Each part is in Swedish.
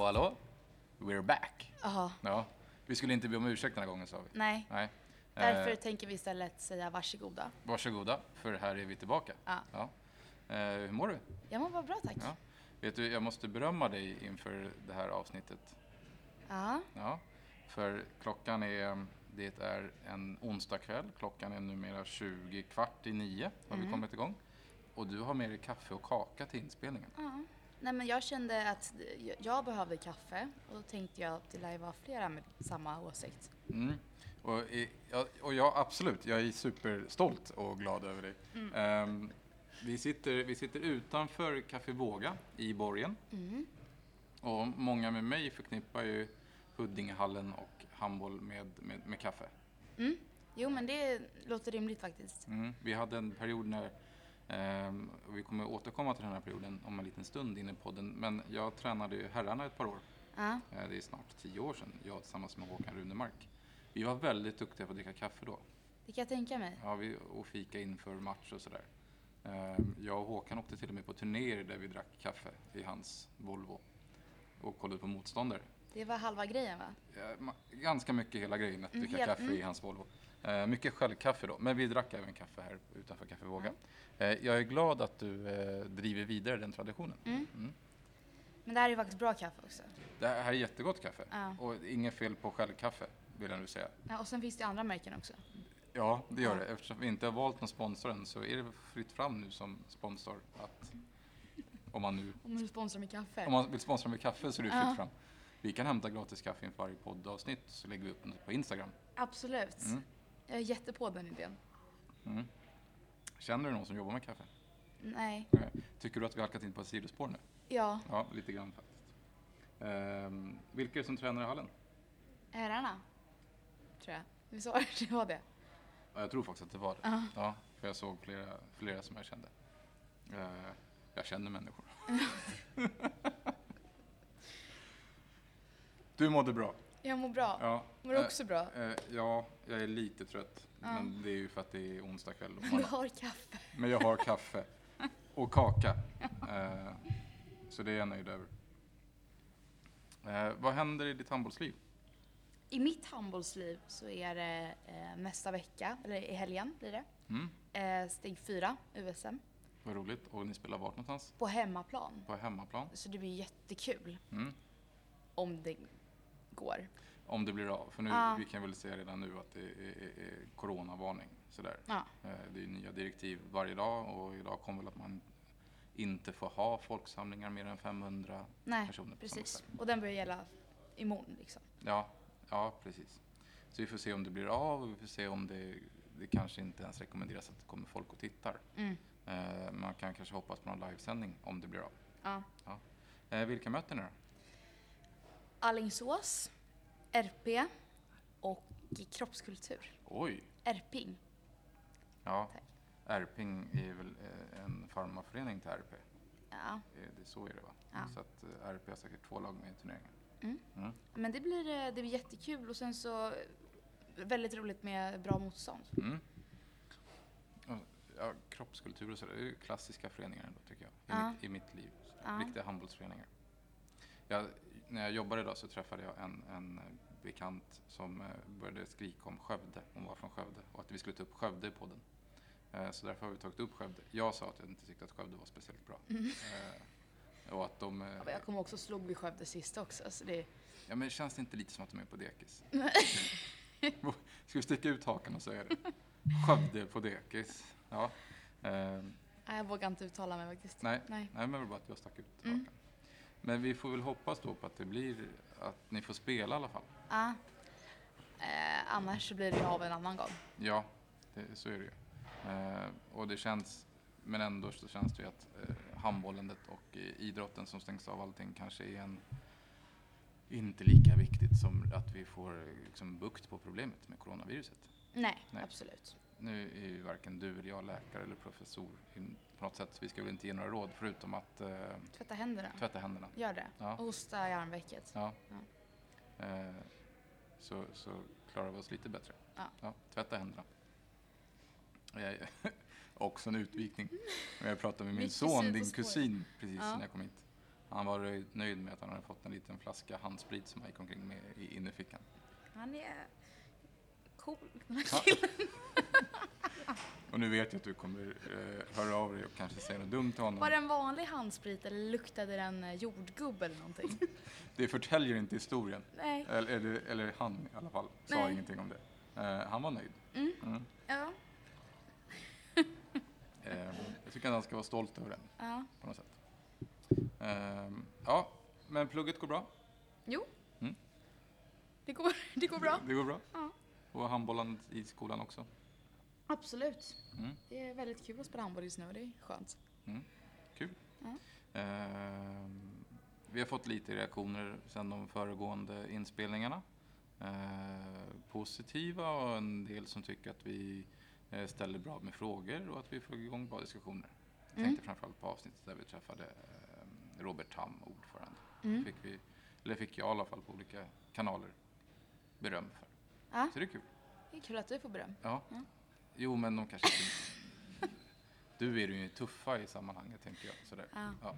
Hallå. We're back. Jaha. Ja, vi skulle inte be om ursäkt den här gången, sa vi. Nej. Därför tänker vi istället säga varsågoda. Varsågoda, för här är vi tillbaka. Ja. Hur mår du? Jag mår bara bra, tack. Ja. Vet du, jag måste berömma dig inför det här avsnittet. Ja, för det är en onsdag kväll. Klockan är numera 8:20 har vi kommit igång. Och du har med dig kaffe och kaka till inspelningen. Ja. Nej, men jag kände att jag behövde kaffe och då tänkte jag att det lär vara flera med samma åsikt. Och jag absolut, jag är superstolt och glad över dig. Vi sitter utanför Café Våga i Borgen. Och många med mig förknippar ju Huddingehallen och handboll med kaffe. Jo, men det låter rimligt faktiskt. Vi hade en period när, och vi kommer återkomma till den här perioden om en liten stund inne i podden, men jag tränade ju herrarna ett par år. Det är snart 10 år sedan, jag tillsammans med Håkan Runemark. Vi var väldigt duktiga på att dricka kaffe då. Det kan jag tänka mig. Ja, och fika inför match och sådär. Jag och Håkan åkte till och med på turnéer där vi drack kaffe i hans Volvo och kollade på motståndare. Det var halva grejen, va? Ganska mycket hela grejen att dricka kaffe i hans Volvo. Mycket självkaffe då, men vi drack även kaffe här utanför Café Våga. Jag är glad att du driver vidare den traditionen. Men det här är ju faktiskt bra kaffe också. Det här är jättegott kaffe. Och inget fel på självkaffe, vill jag nu säga. Ja, och sen finns det andra märken också. Ja, det gör det. Eftersom vi inte har valt någon sponsor än så är det fritt fram nu som sponsor att om man vill sponsra med kaffe. Om man vill sponsra med kaffe så är det fritt fram. Vi kan hämta gratis kaffe inför varje poddavsnitt så lägger vi upp den på Instagram. Absolut. Jag är jättepå den idén. Känner du någon som jobbar med kaffe? Nej. Tycker du att vi har halkat in på ett sidospår nu? Ja. Ja, lite grann faktiskt. Vilka är det som tränar i hallen? Herrarna, tror jag. Det var det. Ja, jag tror faktiskt att det var det. Ja, för jag såg flera som jag kände. Jag känner människor. Du mådde bra. Jag mår bra. Ja. Mår du också bra? Ja, jag är lite trött. Men det är ju för att det är onsdag kväll. Men du har kaffe. Men jag har kaffe. Och kaka. Så det är jag nöjd över. Vad händer i ditt handbollsliv? I mitt handbollsliv så är det nästa vecka, eller i helgen blir det. Steg 4, USM. Vad roligt. Och ni spelar vart någonstans? På hemmaplan. På hemmaplan. Så det blir jättekul. Om det går. Om det blir av. För nu, vi kan väl säga redan nu att det är coronavarning. Sådär. Det är nya direktiv varje dag. Och idag kommer väl att man inte får ha folksamlingar mer än 500 personer. Nej, precis. Och den börjar gälla imorgon liksom. Ja, precis. Så vi får se om det blir av och vi får se om det kanske inte ens rekommenderas att det kommer folk och tittar. Man kan kanske hoppas på någon livesändning om det blir av. Ja. Vilka möter ni då? Alingsås, RP och kroppskultur. Oj! Erping. Ja, Erping är väl en farmaförening till RP. Ja. Så är det, va? Ja. Så att RP har säkert 2 lag med i turneringen. Men det blir jättekul och sen så väldigt roligt med bra motstånd. Ja, kroppskultur och sådär, det är ju klassiska föreningar ändå, tycker jag. I mitt liv. Riktiga handbollsföreningar. När jag jobbade idag så träffade jag en bekant som började skrika om Skövde. Hon var från Skövde och att vi skulle ta upp Skövde i podden. Så därför har vi tagit upp Skövde. Jag sa att jag inte tyckte att Skövde var speciellt bra. Och att jag kommer också slog vid Skövde sist också. Så det... Ja, men känns det inte lite som att de är på dekis? Ska vi sticka ut hakan och säga det? Skövde på dekis. Ja. Jag vågar inte uttala mig faktiskt. Nej, men det var bara att jag stack ut hakan. Men vi får väl hoppas då på att det blir att ni får spela i alla fall. Annars så blir det av en annan gång. Ja, så är det ju. Och det känns, men ändå så känns det ju att handbollandet och idrotten som stängs av allting kanske är inte lika viktigt som att vi får liksom bukt på problemet med coronaviruset. Nej, absolut. Nu är ju varken du eller jag läkare eller professor på något sätt. Vi ska väl inte ge några råd förutom att tvätta händerna. Gör det. Ja. Och hosta i armvecket. Ja. Så klarar vi oss lite bättre. Ja, tvätta händerna. Också en utvikning. Jag pratade med min son, din kusin, precis när jag kom hit. Han var nöjd med att han hade fått en liten flaska handsprit som han gick omkring med i innerfickan. Han är cool. Och nu vet jag att du kommer höra av dig och kanske säga något dumt till honom. Var det en vanlig handsprit eller luktade den jordgubb eller någonting? Det förtäljer inte historien. Nej. Eller han i alla fall sa ingenting om det. Han var nöjd. Ja. Jag tycker att han ska vara stolt över den. Ja. På något sätt. Ja, men plugget går bra. Jo. Det går bra. Det går bra. Ja. Och handbollen i skolan också. Absolut. Det är väldigt kul att spela handboll just nu och det är skönt. Kul. Ja. Vi har fått lite reaktioner sedan de föregående inspelningarna. Positiva och en del som tycker att vi ställer bra med frågor och att vi får igång bra diskussioner. Jag tänkte framförallt på avsnittet där vi träffade Robert Tam, ordförande. Fick jag i alla fall på olika kanaler beröm för. Ja. Så det är kul. Det är kul att du får beröm. Ja. Jo, men de kanske inte... Du är ju tuffa i sammanhanget, tänker jag. Sådär. Ja.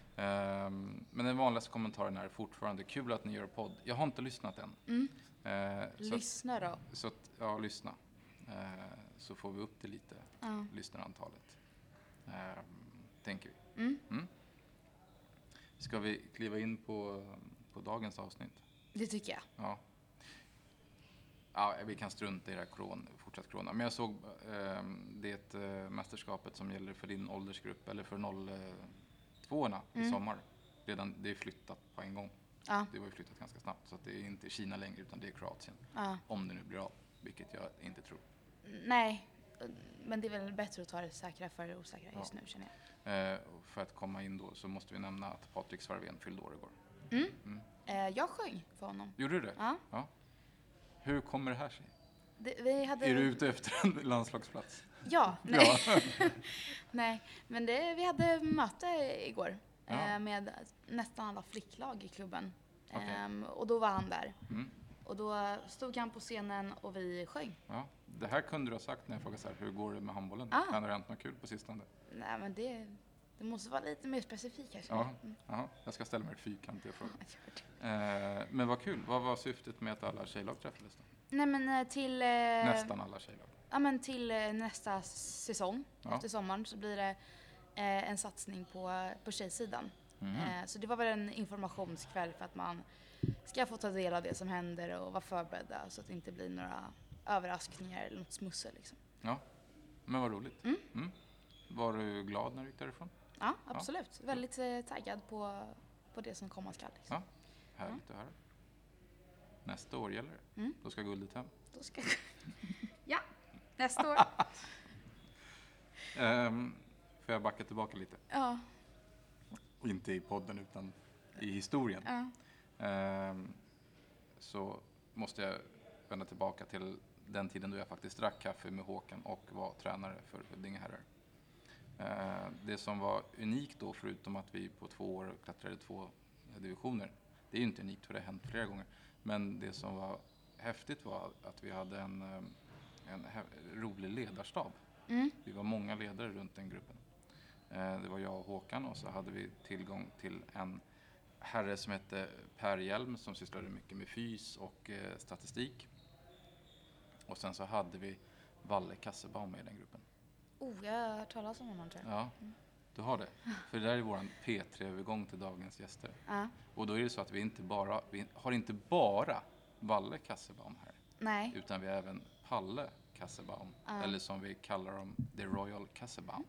Men den vanligaste kommentaren är fortfarande kul att ni gör podd. Jag har inte lyssnat än. Lyssna då. Så att, ja, lyssna. Så får vi upp det lite, lyssnarantalet. Tänker vi. Ska vi kliva in på dagens avsnitt? Det tycker jag. Ja. Ja, vi kan strunta i det här fortsatt corona. Men jag såg det mästerskapet som gäller för din åldersgrupp, eller för 02-orna i sommar. Redan, det är flyttat på en gång. Ja. Det var ju flyttat ganska snabbt, så att det är inte Kina längre utan det är Kroatien. Ja. Om det nu blir av, vilket jag inte tror. Nej, men det är väl bättre att ta det säkra för det osäkra just nu, känner jag. För att komma in då så måste vi nämna att Patrik Svarvén fyllde år igår. Jag sjöng för honom. Gjorde du det? Ja. Hur kommer det här sig? Vi hade... Är du ute efter en landslagsplats? Ja, nej. Nej, men vi hade möte igår med nästan alla flicklag i klubben. Okay. Och då var han där. Och då stod han på scenen och vi sjöng. Ja, det här kunde du ha sagt när jag frågade så här, hur går det med handbollen? Kan det ha hänt något kul på sistone? Nej, men det måste vara lite mer specifikt kanske. Ja, jag ska ställa mig fyrkantiga frågor. Men vad kul. Vad var syftet med att alla tjejlag träffades då? Nej, men till... Nästan alla tjejlag. Ja, men till nästa säsong, efter sommaren, så blir det en satsning på tjejsidan. Så det var väl en informationskväll för att man ska få ta del av det som händer och vara förberedda så att det inte blir några överraskningar eller något smussel liksom. Ja, men vad roligt. Var du glad när du gick därifrån? Ja, absolut. Ja. Väldigt taggad på det som komma skall. Liksom. Ja, härligt att höra. Nästa år gäller det. Då ska guldet hem. Ja, nästa år. Får jag backa tillbaka lite? Ja. Inte i podden utan i historien. Ja. Så måste jag vända tillbaka till den tiden då jag faktiskt drack kaffe med Håkan och var tränare för Huddinge herrar. Det som var unikt då, förutom att vi på 2 år klättrade 2 divisioner, det är ju inte unikt för det har hänt flera gånger, men det som var häftigt var att vi hade en rolig ledarstab. Vi var många ledare runt den gruppen. Det var jag och Håkan, och så hade vi tillgång till en herre som hette Per Hjelm som sysslade mycket med fys och statistik. Och sen så hade vi Valle Kassebaum med i den gruppen. Jag har hört talas om honom, tror jag. Ja, du har det. För det där är vår P3-övergång till dagens gäster. Och då är det så att vi har inte bara Valle Kassebaum här. Nej. Utan vi har även Palle Kassebaum. Eller som vi kallar dem, The Royal Kassebaum.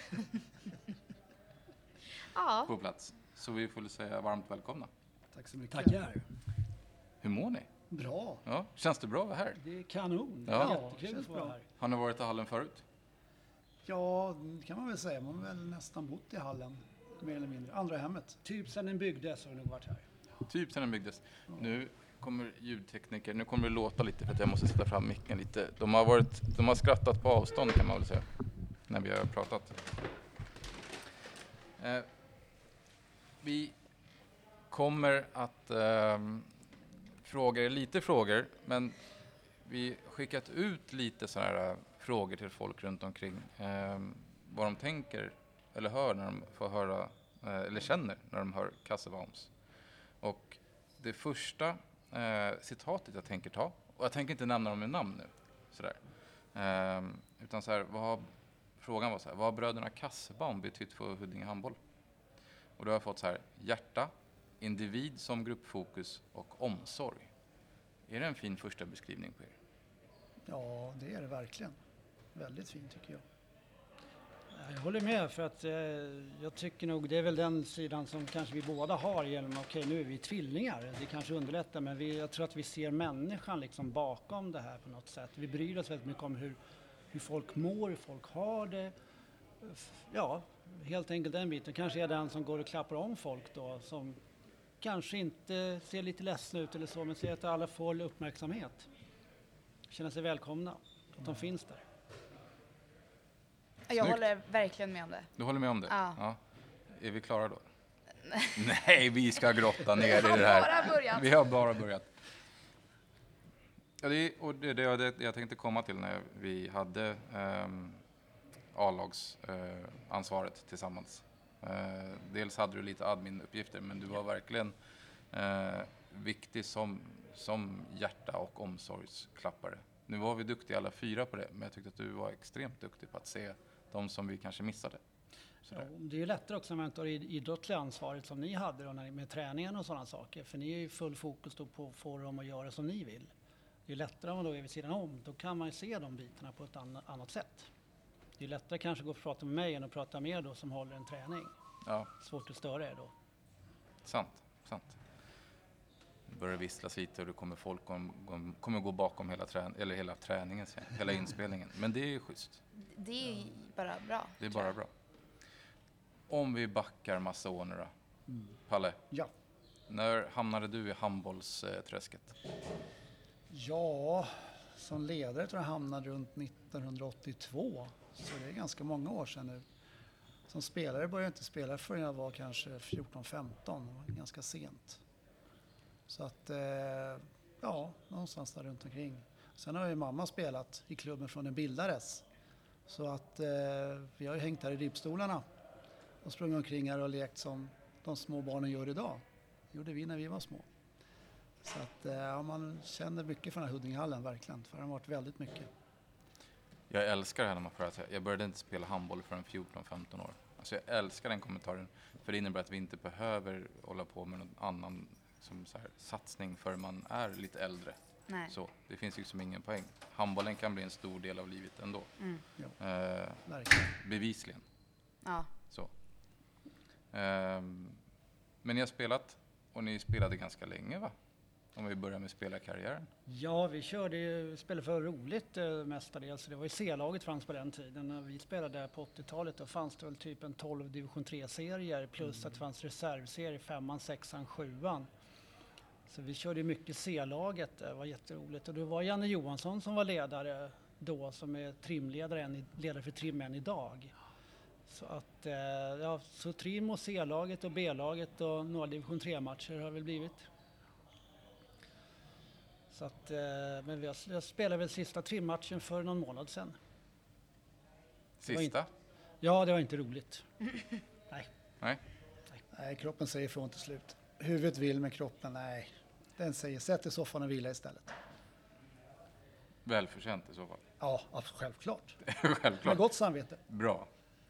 På plats. Så vi får säga varmt välkomna. Tack så mycket. Tackar. Hur mår ni? Bra. Ja, känns det bra att vara här? Det är kanon. Ja. Jättekul att vara här. Har ni varit i hallen förut? Ja, det kan man väl säga. Man har väl nästan bott i hallen, mer eller mindre. Andra hemmet. Typ sedan den byggdes har det nog varit här. Typ sedan den byggdes. Ja. Nu kommer ljudtekniker. Nu kommer det låta lite för att jag måste sätta fram micken lite. De har skrattat på avstånd, kan man väl säga, när vi har pratat. Vi kommer att fråga er lite frågor, men vi skickat ut lite sådana här frågor till folk runt omkring. Vad de tänker eller hör när de får höra eller känner när de hör Kasse Walms. Och det första citatet jag tänker ta, och jag tänker inte nämna dem med namn nu, sådär. Utan så här, frågan var så här, vad har bröderna Kassebaum betytt för Huddinge handboll? Och då har jag fått så här, hjärta, individ som gruppfokus och omsorg. Är det en fin första beskrivning på er? Ja, det är det verkligen. Väldigt fint tycker jag. Jag håller med, för att jag tycker nog det är väl den sidan som kanske vi båda har genom, okej, nu är vi tvillingar, det kanske underlättar, men jag tror att vi ser människan liksom bakom det här på något sätt. Vi bryr oss väldigt mycket om hur folk mår, hur folk har det. Ja, helt enkelt den biten. Kanske är den som går och klappar om folk då, som kanske inte ser lite ledsna ut eller så, men ser att alla får uppmärksamhet. Känner sig välkomna, att de finns där. Jag håller verkligen med om det. Du håller med om det? Ja. Är vi klara då? Nej, vi ska grotta ner i det här. Vi har bara börjat. Ja, det jag tänkte komma till när vi hade A-lagsansvaret tillsammans. Dels hade du lite admin-uppgifter, men du var verkligen viktig som hjärta- och omsorgsklappare. Nu var vi duktiga alla 4 på det, men jag tyckte att du var extremt duktig på att se de som vi kanske missade. Ja, det är ju lättare också när man tar idrottsliga ansvaret som ni hade då, med träningen och sådana saker. För ni är ju full fokus då på att få dem att göra som ni vill. Det är lättare om man då är vid sidan om. Då kan man ju se de bitarna på ett annat sätt. Det är lättare kanske att gå och prata med mig än att prata med er då som håller en träning. Ja. Svårt att störa er då. Sant. Det börjar visslas lite och det kommer folk kommer gå bakom hela träningen sen, hela inspelningen. Men det är ju schysst. Det är bara bra. Det är bara bra. Om vi backar massa år nu då. Palle, Ja. när hamnade du i handbollsträsket? Ja, som ledare tror jag hamnade runt 1982. Så det är ganska många år sedan nu. Som spelare började jag inte spela förrän jag var kanske 14-15. Det var ganska sent. Så att, ja, någonstans där runt omkring. Sen har ju mamma spelat i klubben från den bildades. Så att vi har ju hängt här i ribbstolarna och sprungit omkring här och lekt som de små barnen gör idag. Det gjorde vi när vi var små. Så att ja, man känner mycket från den här Huddingehallen verkligen. För det har varit väldigt mycket. Jag älskar det här när man får att jag började inte spela handboll förrän 14-15 år. Alltså jag älskar den kommentaren. För det innebär att vi inte behöver hålla på med någon annan som så här, satsning för man är lite äldre. Nej. Så det finns liksom ingen poäng. Handbollen kan bli en stor del av livet ändå. Ja, Bevisligen. Ja. Så. Men ni har spelat och ni spelade ganska länge, va? Om vi börjar med spelarkarriären. Ja, vi spelade för roligt mestadels. Det var ju C-laget fanns på den tiden. När vi spelade på 80-talet då fanns det väl typ en 12 division 3-serier plus att det fanns reservserier 5, 6, 7. Så vi körde mycket C-laget, det var jätteroligt. Och det var Janne Johansson som var ledare då, som är trimledare, ledare för trim än idag. Så att, ja, så trim och C-laget och B-laget och några division 3-matcher har väl blivit. Så att, men jag spelade väl sista trimmatchen för någon månad sedan. Sista? Ja, det var inte roligt. Nej. Nej, kroppen säger ifrån till slut. Huvudet vill, men kroppen, nej. Den säger sätt i soffan och vila istället. Välförtjänt i så fall. Ja, självklart. Självklart. Med gott samvete. Bra.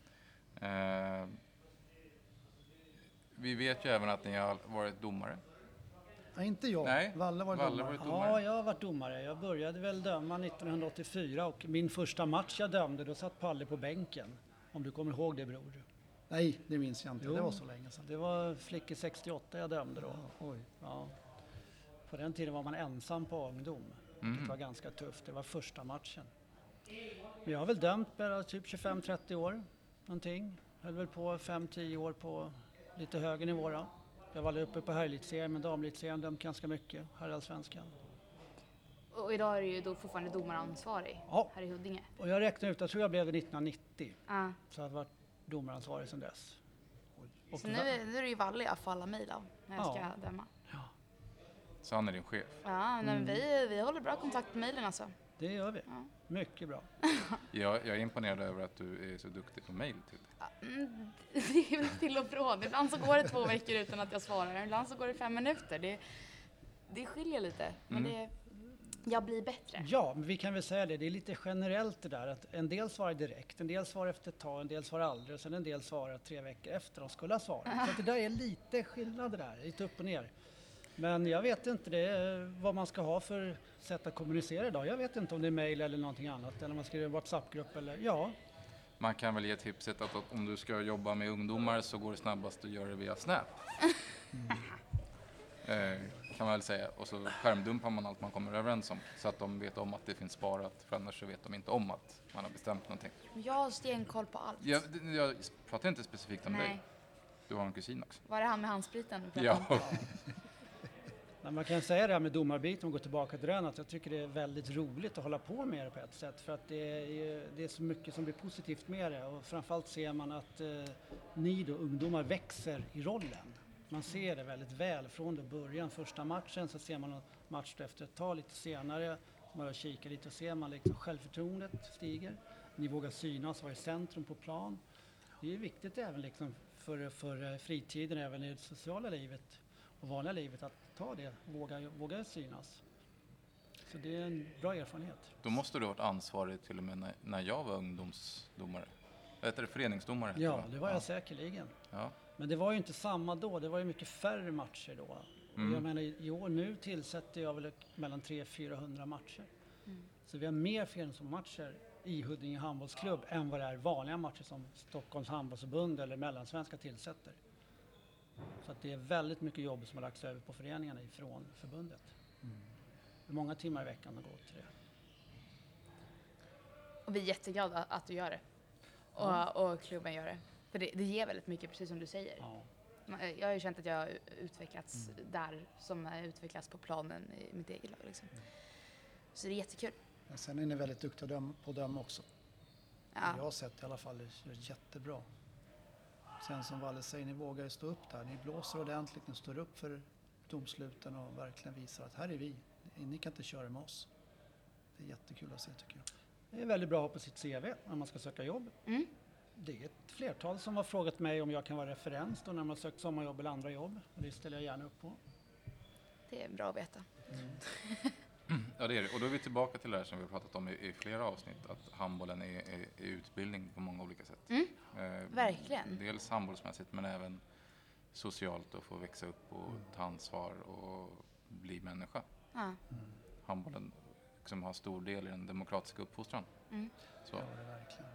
Vi vet ju även att ni har varit domare. Ja, inte jag. Nej, Valle var domare. Ja, jag har varit domare. Jag började väl döma 1984 och min första match jag dömde, då satt Palle på bänken. Om du kommer ihåg det, bror. Nej, det minns jag inte. Jo, det var så länge sedan. Det var Flickor 68 jag dömde då. Ja, oj. Ja. På den tiden var man ensam på ungdom. Det var ganska tufft. Det var första matchen. Men jag har väl dömt bara typ 25-30 år. Någonting. Höll väl på 5-10 år på lite högre nivå då. Jag var aldrig uppe på herrelitserien, men damelitserien dömt ganska mycket. Herrallsvenskan. Och idag är du ju då fortfarande domaransvarig här i Huddinge. Och jag räknar ut, jag tror jag blev det 1990. Ja. Så jag har varit domaransvarig sedan dess. Så nu är det ju Valle jag får alla mejl av när jag ska döma. Så han är din chef. Ja, men vi håller bra kontakt med mejlen alltså. Det gör vi. Ja. Mycket bra. Jag är imponerad över att du är så duktig på mejl till. Det är väl till och från. Ibland så går det 2 veckor utan att jag svarar. Ibland så går det 5 minuter. Det skiljer lite. Men jag blir bättre. Ja, men vi kan väl säga det. Det är lite generellt det där. Att en del svarar direkt, en del svarar efter ett tag, en del svarar aldrig. Och sen en del svarar 3 veckor efter de skulle ha svarat. Så att det där är lite skillnad där. Lite upp och ner. Men jag vet inte vad man ska ha för sätt att kommunicera idag. Jag vet inte om det är mejl eller någonting annat. Eller om man ska göra en WhatsApp-grupp eller ja. Man kan väl ge tipset att om du ska jobba med ungdomar så går det snabbast att göra det via Snap. Kan man väl säga. Och så skärmdumpar man allt man kommer överens om. Så att de vet om att det finns sparat. För annars så vet de inte om att man har bestämt någonting. Jag har stenkoll på allt. Jag pratar inte specifikt om dig. Du har en kusin också. Var det han med handspriten? Ja. Men man kan säga det här med domarbiten och gå tillbaka till den, att jag tycker det är väldigt roligt att hålla på med det på ett sätt. För att det är så mycket som blir positivt med det. Och framförallt ser man att ni då, ungdomar, växer i rollen. Man ser det väldigt väl från det början. Första matchen så ser man en match efter ett tag lite senare. Man kikar lite och ser man liksom självförtroendet stiger. Ni vågar synas, vara i centrum på plan. Det är viktigt även liksom för fritiden, även i det sociala livet och vanliga livet, att ta det, våga synas. Så det är en bra erfarenhet. Då måste du ha varit ansvarig till och med när jag var ungdomsdomare. Heter det föreningsdomare? Ja, det var jag säkerligen. Ja. Men det var ju inte samma då, det var ju mycket färre matcher då. Jag menar, i år nu tillsätter jag väl mellan 300-400 matcher. Så vi har mer föreningsmatcher i Huddinge handbollsklubb än vad det är vanliga matcher som Stockholms handbollsförbund eller Mellansvenska tillsätter. Så att det är väldigt mycket jobb som har lagts över på föreningarna ifrån förbundet. Det är många timmar i veckan att gå till det. Och vi är jätteglada att du gör det. Och klubben gör det. För det ger väldigt mycket, precis som du säger. Ja. Jag har ju känt att jag har utvecklats där som jag utvecklats på planen i mitt eget lag. Liksom. Så det är jättekul. Men sen är ni väldigt duktiga på att döma också. Ja. Jag har sett i alla fall, det är jättebra. Sen som Valle säger, ni vågar ju stå upp där. Ni blåser ordentligt, ni står upp för domsluten och verkligen visar att här är vi. Ni kan inte köra med oss. Det är jättekul att se, tycker jag. Det är väldigt bra att ha på sitt CV när man ska söka jobb. Det är ett flertal som har frågat mig om jag kan vara referens då när man har sökt sommarjobb eller andra jobb. Det ställer jag gärna upp på. Det är bra att veta. Ja, det är det. Och då är vi tillbaka till det här som vi har pratat om i flera avsnitt. Att handbollen är utbildning på många olika sätt. Verkligen. Dels handbollsmässigt men även socialt att få växa upp och ta ansvar och bli människa. Handbollen liksom har stor del i den demokratiska uppfostran. Så. Ja, det är verkligen.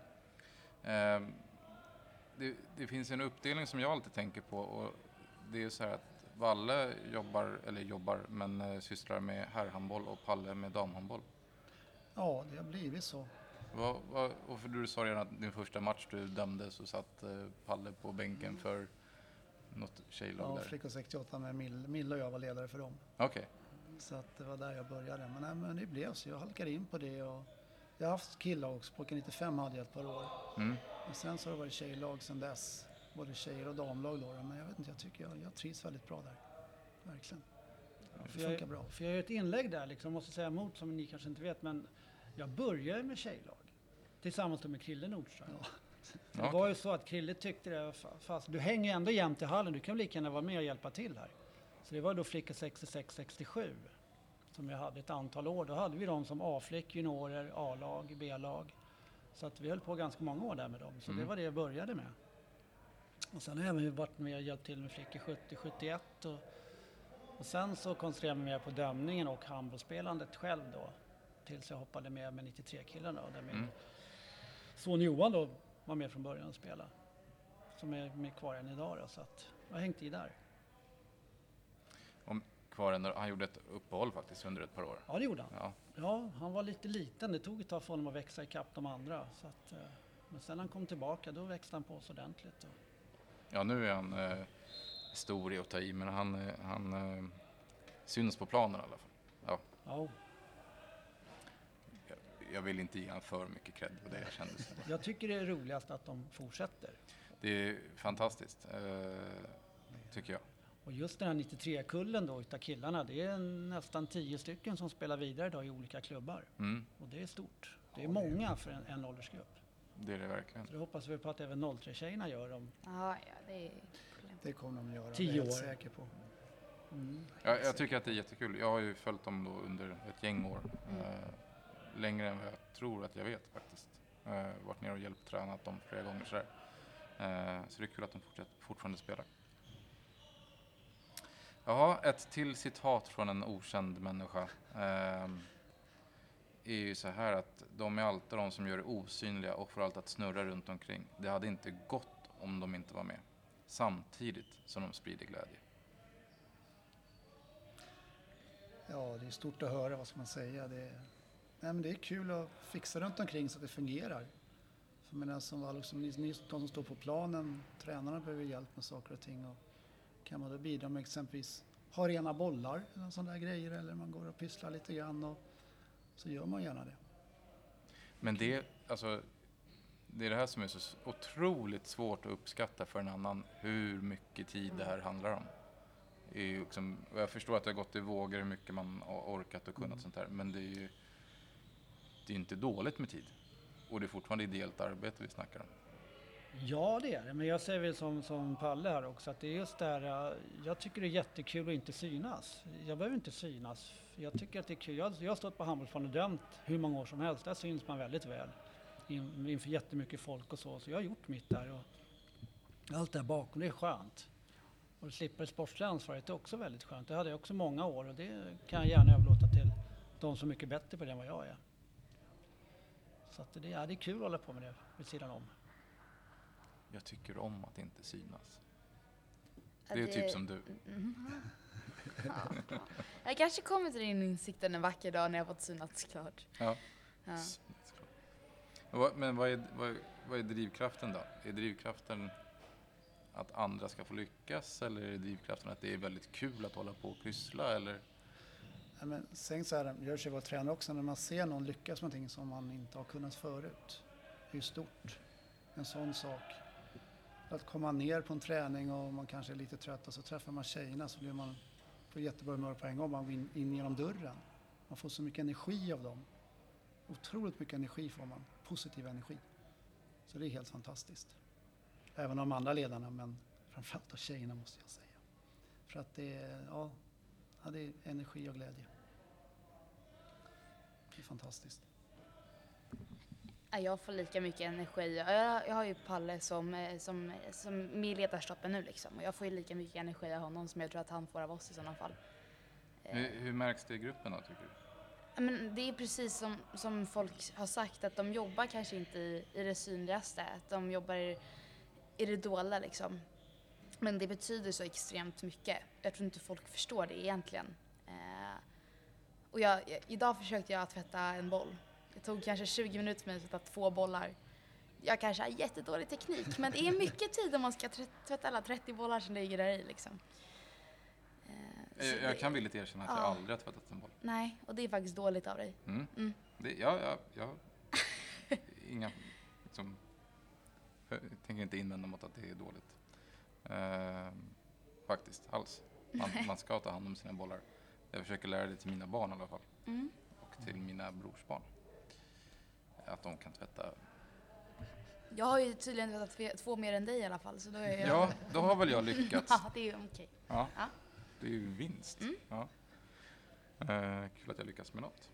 Det finns en uppdelning som jag alltid tänker på, och det är så här att Valle jobbar men sysslar med herrhandboll och Palle med damhandboll. Ja, det har blivit så. Och för du sa redan att din första match du dömde så satt Palle på bänken för något tjejlag där. Ja, Flickor 68 med Milla och jag var ledare för dem. Okej. Så att det var där jag började. Men det blev så. Jag halkade in på det. Och jag har haft killag också. Pojken 95 hade jag ett par år. Och sen så har det varit tjejlag sedan dess. Både tjejer och damlag då. Men jag vet inte, jag tycker jag trivs väldigt bra där. Verkligen. Det funkar bra. För jag gör ett inlägg där, liksom, måste säga emot som ni kanske inte vet. Men jag började med tjejlag. Tillsammans med Krille Nordström. Ja. Det var ju så att Krille tyckte det, fast du hänger ändå jämt i hallen. Du kan lika gärna vara med och hjälpa till här. Så det var då flicka 66-67 som jag hade ett antal år. Då hade vi dem som A-flick, juniorer, A-lag, B-lag. Så att vi höll på ganska många år där med dem. Så det var det jag började med. Och sen har jag även varit med och hjälpt till med flickor 70-71. Och sen så koncentrerade jag mig mer på dömningen och handbollsspelandet själv då. Tills jag hoppade med 93-killarna. Där min son Johan då var med från början och spela. Som är med kvar än idag då, så att jag har hängt i där. Han gjorde ett uppehåll faktiskt under ett par år. Ja, det gjorde han. Ja, han var lite liten. Det tog ett tag för honom att växa i kapp de andra. Så att, men sen han kom tillbaka, då växte han på så ordentligt. Ja, nu är han stor i att ta i, men han syns på planen i alla fall. Ja. Jag vill inte ge han för mycket cred på det jag kände. Jag tycker det är roligast att de fortsätter. Det är fantastiskt, tycker jag. Och just den här 93-kullen då utav killarna, det är nästan 10 stycken som spelar vidare idag i olika klubbar. Och det är stort. Det är många för en åldersgrupp. Det är det verkligen. Så det hoppas vi på att även 03-tjejerna gör om Ja, det är problem. Det kommer de göra, 10 det är jag år. säker på. Jag tycker att det är jättekul. Jag har ju följt dem då under ett gäng år. Längre än vad jag tror att jag vet faktiskt. Varit ner och hjälptränat dem flera gånger sådär. Så det är kul att de fortfarande spelar. Jaha, ett till citat från en okänd människa. Är ju så här att de är alltid de som gör det osynliga och får allt att snurra runt omkring. Det hade inte gått om de inte var med. Samtidigt som de sprider glädje. Ja, det är stort att höra, vad ska man säga. Nej, men det är kul att fixa runt omkring så att det fungerar. För menar, de som står på planen, tränarna behöver hjälp med saker och ting. Och kan man då bidra med exempelvis ha rena bollar eller sådana där grejer, eller man går och pysslar lite grann, och så gör man gärna det. Men det är det här som är så otroligt svårt att uppskatta för en annan, hur mycket tid det här handlar om. Jag förstår att det har gått i vågor hur mycket man har orkat och kunnat sånt här, men det är inte dåligt med tid. Och det är fortfarande ideellt arbete vi snackar om. Ja, det är det. Men jag säger väl som Palle här också att det är just där, jag tycker det är jättekul att inte synas. Jag behöver inte synas. Jag tycker att det är kul. Jag har stått på handbollsplanen och dömt hur många år som helst. Där syns man väldigt väl inför jättemycket folk och så. Så jag har gjort mitt där, och allt där bakom, det är skönt. Och slippa det sportsliga ansvaret är också väldigt skönt. Det hade jag också många år, och det kan jag gärna överlåta till de som är mycket bättre på det än vad jag är. Så att det är kul att hålla på med det vid sidan om. Jag tycker om att inte synas. Det är typ som du. Ja. Jag kanske kommer till din insikten en vacker dag när jag fått synats klart. Ja. Men vad är drivkraften då? Är drivkraften att andra ska få lyckas, eller är drivkraften att det är väldigt kul att hålla på och pyssla, eller? Ja, men sen så här, gör sig vår tränare också, när man ser någon lyckas med någonting som man inte har kunnat förut. Det är ju stort. En sån sak. Att komma ner på en träning och man kanske är lite trött, och så träffar man tjejerna, så blir man på jättebra humör på en gång. Man går in genom dörren. Man får så mycket energi av dem. Otroligt mycket energi får man. Positiv energi. Så det är helt fantastiskt. Även de andra ledarna, men framförallt av tjejerna måste jag säga. För att det är energi och glädje. Det är fantastiskt. Jag får lika mycket energi. Jag har ju Palle som med ledarstappen nu liksom. Och jag får ju lika mycket energi av honom som jag tror att han får av oss i sådana fall. Hur märks det i gruppen då, tycker du? Men det är precis som folk har sagt, att de jobbar kanske inte i det synligaste. Att de jobbar i det dolda liksom. Men det betyder så extremt mycket. Jag tror inte folk förstår det egentligen. Och idag försökte jag tvätta en boll. Det tog kanske 20 minuter för mig att tvätta 2 bollar. Jag kanske har jättedålig teknik, men det är mycket tid om man ska tvätta alla 30 bollar som ligger där i liksom. Jag kan villigt erkänna att jag aldrig har tvättat en boll. Nej, och det är faktiskt dåligt av dig. Jag inga, liksom, jag tänker inte invända mot att det är dåligt. Faktiskt, alls. Man ska ta hand om sina bollar. Jag försöker lära det till mina barn i alla fall. Och till mina brorsbarn. Att de kan tvätta. Jag har ju tydligen tvättat 2 mer än dig i alla fall. Så då är jag... Ja, då har väl jag lyckats. Ja, det är ju okej. Ja, det är ju vinst. Ja. Kul att jag lyckas med något.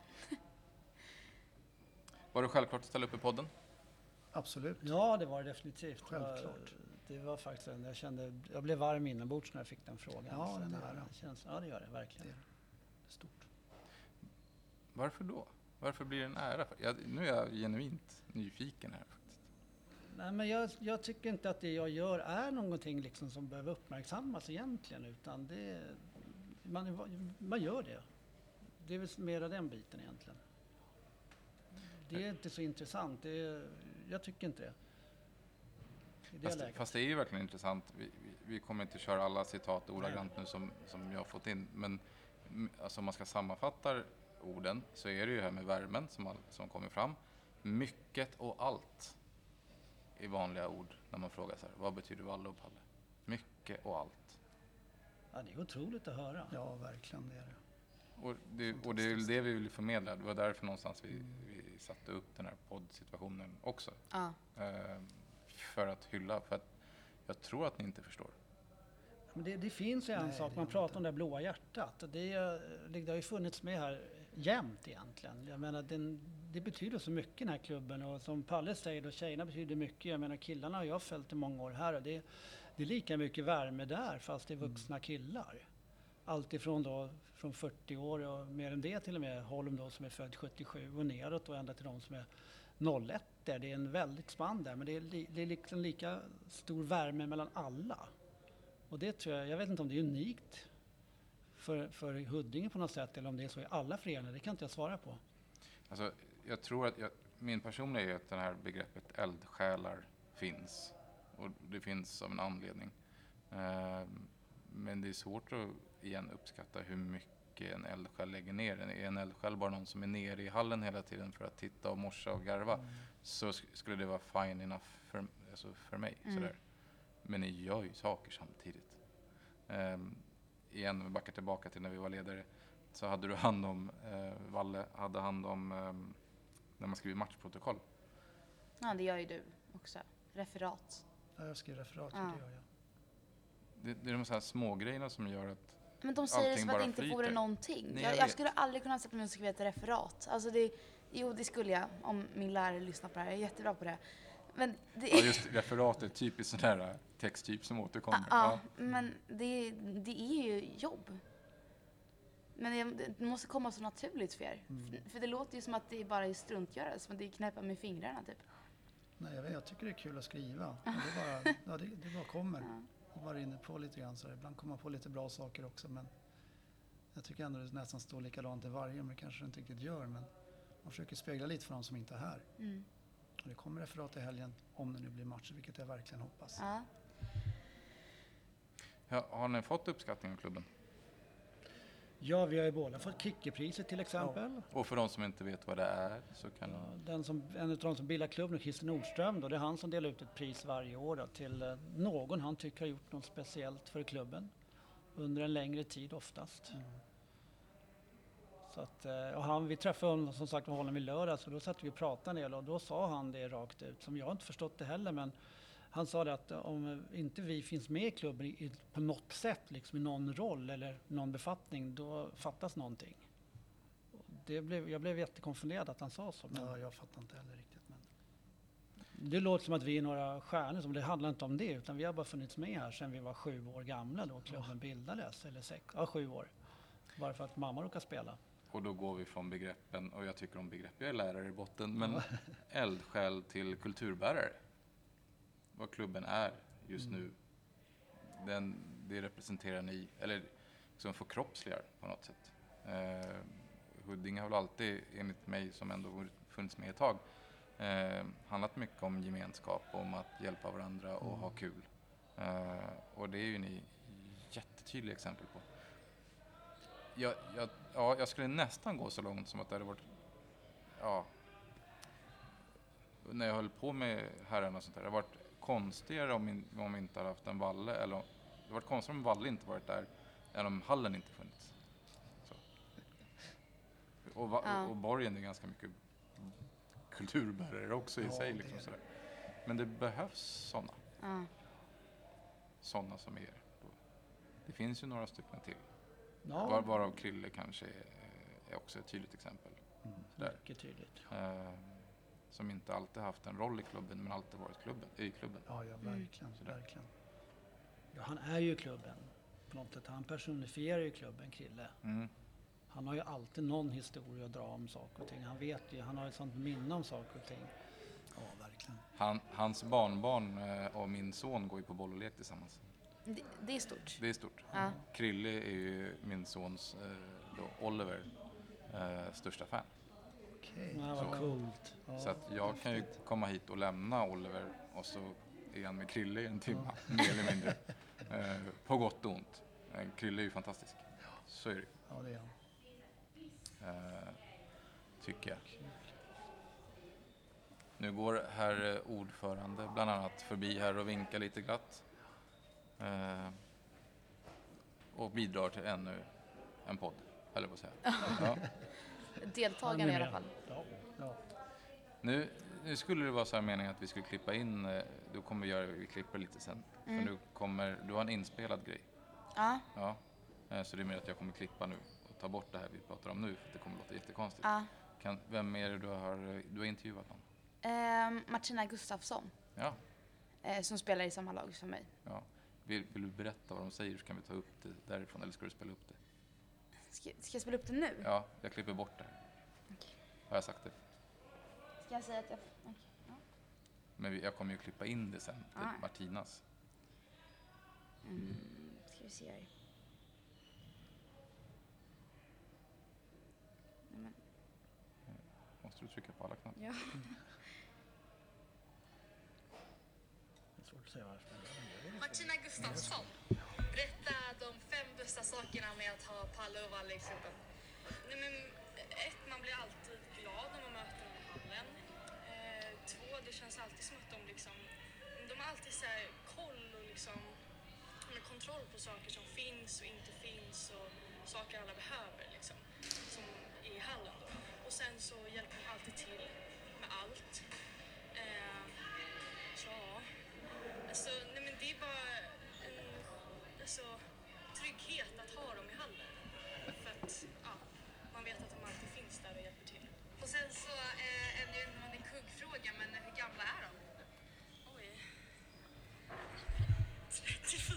Var det självklart att ställa upp i podden? Absolut. Ja, det var det definitivt. Självklart. Det var faktiskt jag blev varm inombords när jag fick den frågan. Ja, så den det är känns, ja, det gör det verkligen. Det är stort. Varför då? Varför blir det en ära? Nu är jag genuint nyfiken här. Nej, men jag tycker inte att det jag gör är någonting liksom som behöver uppmärksammas egentligen, utan man gör det. Det är väl mera den biten egentligen. Det är inte så intressant. Jag tycker inte det. Fast det är ju verkligen intressant. Vi kommer inte köra alla citat ordagrant nu som jag har fått in. Men alltså, om man ska sammanfatta orden så är det ju här med värmen som kommer fram. Mycket och allt i vanliga ord när man frågar så här, vad betyder Valle och Palle? Mycket och allt. Ja, det är otroligt att höra. Ja, verkligen det är det. Och det är det vi vill förmedla. Det var därför någonstans vi satte upp den här poddsituationen också. För att hylla, för att jag tror att ni inte förstår. Men det finns ju en sak, man pratar om det blåa hjärtat. Det har ju funnits med här jämt egentligen. Jag menar, det betyder så mycket den här klubben, och som Palle säger då, tjejerna betyder mycket. Jag menar, killarna har jag följt i många år här, och det är lika mycket värme där fast det är vuxna killar. Allt ifrån då från 40 år och mer än det till och med, Holm då som är född 77 och neråt och ända till de som är 01 där. Det är en väldigt spann där, men det är liksom lika stor värme mellan alla. Och det tror jag vet inte om det är unikt för Huddinge på något sätt, eller om det är så i alla föreningar, det kan inte jag svara på. Alltså, jag tror att min personliga är att det här begreppet eldsjälar finns. Och det finns av en anledning. Men det är svårt att igen uppskatta hur mycket en eldsjäl lägger ner. Är en eldsjäl bara någon som är nere i hallen hela tiden för att titta och morsa och garva, så skulle det vara fine enough för mig. Sådär. Men ni gör ju saker samtidigt. Igen, vi backar tillbaka till när vi var ledare, så hade du hand om, Valle hade hand om när man skriver matchprotokoll. Ja, det gör ju du också. Referat. Ja, jag skriver referat, det gör jag. Det är de så här små grejerna som gör att men de säger allting som att det bara inte flyter. vore någonting. Nej, Jag skulle aldrig kunna sätta mig och skriva ett referat. Alltså det skulle jag om min lärare lyssnar på det här. Jag är jättebra på det. Men det ja, just referat är typiskt sån här texttyp som återkommer. Ja, men det är ju jobb. Men det måste komma så naturligt för er. För det låter ju som att det bara är struntgörelse, men det är knäppa med fingrarna typ. Nej, jag tycker det är kul att skriva. Det bara kommer. Jag var inne på lite grann så här. Ibland kommer man på lite bra saker också, men jag tycker ändå det nästan står likadant i varje, men det kanske det inte riktigt gör, men man försöker spegla lite för de som inte är här. Och det kommer referat i helgen om det nu blir matcher, vilket jag verkligen hoppas. Ja, har ni fått uppskattning av klubben? Ja, vi har ju båda fått Kickepriset till exempel. Ja. Och för de som inte vet vad det är så kan En av de som bildar klubben, Christer Nordström, då, det är han som delar ut ett pris varje år då, till någon han tycker har gjort något speciellt för klubben under en längre tid oftast. Så att, och vi träffade honom som sagt honom i lördags, och då satt vi och pratade en del, och då sa han det rakt ut, som jag inte förstått det heller, men han sa det att om inte vi finns med i klubben på något sätt, liksom i någon roll eller någon befattning, då fattas någonting. Jag blev jättekonfunderad att han sa så. Ja, jag fattar inte heller riktigt. Men det låter som att vi är några stjärnor, men det handlar inte om det, utan vi har bara funnits med här sedan vi var 7 år gamla då klubben bildades, eller 7 år. Bara för att mamma råkar spela. Och då går vi från begreppen, och jag tycker om begrepp, jag är lärare i botten, men eldsjäl till kulturbärare. Vad klubben är just nu, det representerar ni, eller som förkroppsligar på något sätt. Huddinge har väl alltid, enligt mig som ändå funnits med ett tag, handlat mycket om gemenskap, om att hjälpa varandra och ha kul. Och det är ju ni jättetydliga exempel på. Jag skulle nästan gå så långt som att det hade varit, när jag höll på med herrarna och sånt där, det hade varit konstigare om vi inte hade haft en Valle, eller det hade varit konstigare om Valle inte varit där än om hallen inte funnits. Så. Och borgen är ganska mycket kulturbärare också i sig. Liksom sådär. Men det behövs sådana. Sådana som er. Det finns ju några stycken till. Ja. Varav Krille kanske är också ett tydligt exempel. Mycket tydligt. Som inte alltid haft en roll i klubben, men alltid varit i klubben. Ja, verkligen. Verkligen. Ja, han är ju klubben. På något sätt. Han personifierar ju klubben, Krille. Han har ju alltid någon historia att dra om saker och ting. Han vet ju, han har ett sånt minne om saker och ting. Ja, verkligen. Hans barnbarn och min son går ju på boll och lek tillsammans. Det är stort. Det är stort. Krille är ju min sons, Oliver, största fan. Okej. Ja, vad coolt. Ja, så att jag kan ju komma hit och lämna Oliver, och så är han med Krille i en timme, mer eller mindre. På gott och ont. Krille är ju fantastisk. Så är det. Ja, det är han. Tycker jag. Nu går herr ordförande bland annat förbi här och vinkar lite glatt. och bidrar till ännu en podd, eller vad säger jag? Deltagande i alla fall. Ja. Nu skulle det vara så här meningen att vi skulle klippa in, då kommer vi klipper lite sen. För du har en inspelad grej. Ja. Ja. Så det är mer att jag kommer klippa nu och ta bort det här vi pratar om nu, för det kommer låta jättekonstigt. Ja. Vem är det du har intervjuat någon? Martina Gustafsson. Ja. Som spelar i samma lag som mig. Ja. Vill du berätta vad de säger, så kan vi ta upp det därifrån, eller ska du spela upp det? Ska jag spela upp det nu? Ja, jag klipper bort det här. Okej. Har jag sagt det? Ska jag säga att jag... Okay. Ja. Men jag kommer ju klippa in det sen till Martinas. Ska vi se här. Nej, Måste du trycka på alla knappar? ja. Det är svårt att säga varför. Martina Gustafsson. Berätta de 5 bästa sakerna med att ha Palle och Valle i klubben. Nej, men, 1, man blir alltid glad när man möter dem i hallen. 2, det känns alltid som att de har alltid så här koll och med kontroll på saker som finns och inte finns och saker alla behöver som är i hallen då. Och sen så hjälper de alltid till med allt. Det är bara en trygghet att ha dem i hallen. För att man vet att de alltid finns där och hjälper till. Och sen så är det ju en kuggfråga, men hur gamla är de? Oj. 34.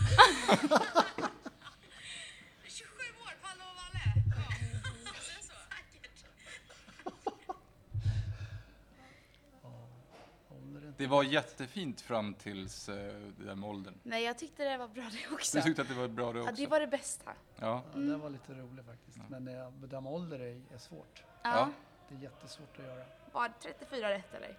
27 år, Palle och Valle. Ja, det är så. Säkert. Det var jättefint fram tills den med åldern. Nej, jag tyckte det var bra det också. Du tyckte att det var bra det också? Ja, det var det bästa. Ja. Ja, det var lite roligt faktiskt. Men bedöma ålder är svårt. Ja. Det är jättesvårt att göra. Var 34 rätt eller?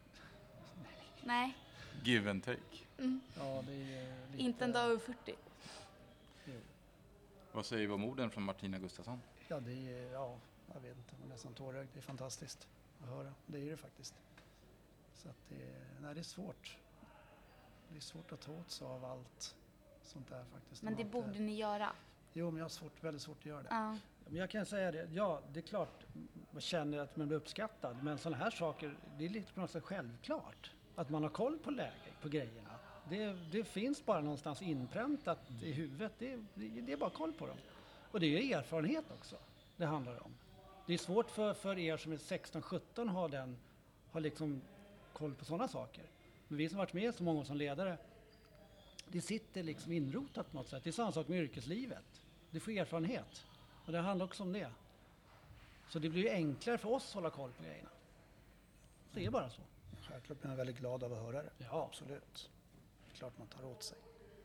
Nej. Give and take. Ja, det är lite... Inte en dag över 40. Jo. Vad säger vi om orden från Martina Gustafsson? Ja, det är... Ja, jag vet inte. Man är nästan tårögd. Det är fantastiskt att höra. Det är det faktiskt. Så att det är svårt. Det är svårt att ta åt sig av allt sånt där faktiskt. Men det borde ni göra. Jo, men jag har väldigt svårt att göra det. Ja. Men jag kan säga det, ja det är klart man känner att man blir uppskattad, men sådana här saker, det är lite på något sätt självklart. Att man har koll på läget, på grejerna. Det finns bara någonstans inpräntat i huvudet, det är bara koll på dem. Och det är ju erfarenhet också det handlar om. Det är svårt för er som är 16-17 har liksom koll på sådana saker. Men vi som varit med så många som ledare, det sitter liksom inrotat på något sätt. Det är samma sak med yrkeslivet. Det får erfarenhet. Och det handlar också om det. Så det blir ju enklare för oss att hålla koll på grejerna. Det är bara så. Självklart blir jag väldigt glad av att höra det. Ja. Absolut. Klart man tar åt sig.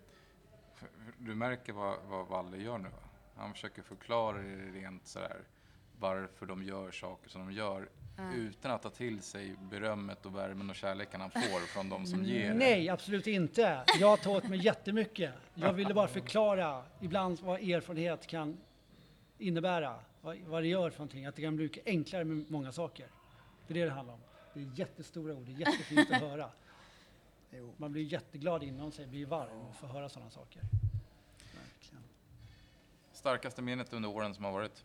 Du märker vad Valle gör nu, va? Han försöker förklara det rent sådär, varför de gör saker som de gör, utan att ta till sig berömmet och värmen och kärleken han får från de som ger det. Nej, absolut inte. Jag tar åt mig jättemycket. Jag ville bara förklara ibland vad erfarenhet kan innebära. Vad det gör för någonting. Att det kan bli enklare med många saker. Det är det handlar om. Det är jättestora ord. Det är jättefint att höra. Jo. Man blir jätteglad inom sig. Blir varm och får höra sådana saker. Verkligen. Starkaste minnet under åren som har varit?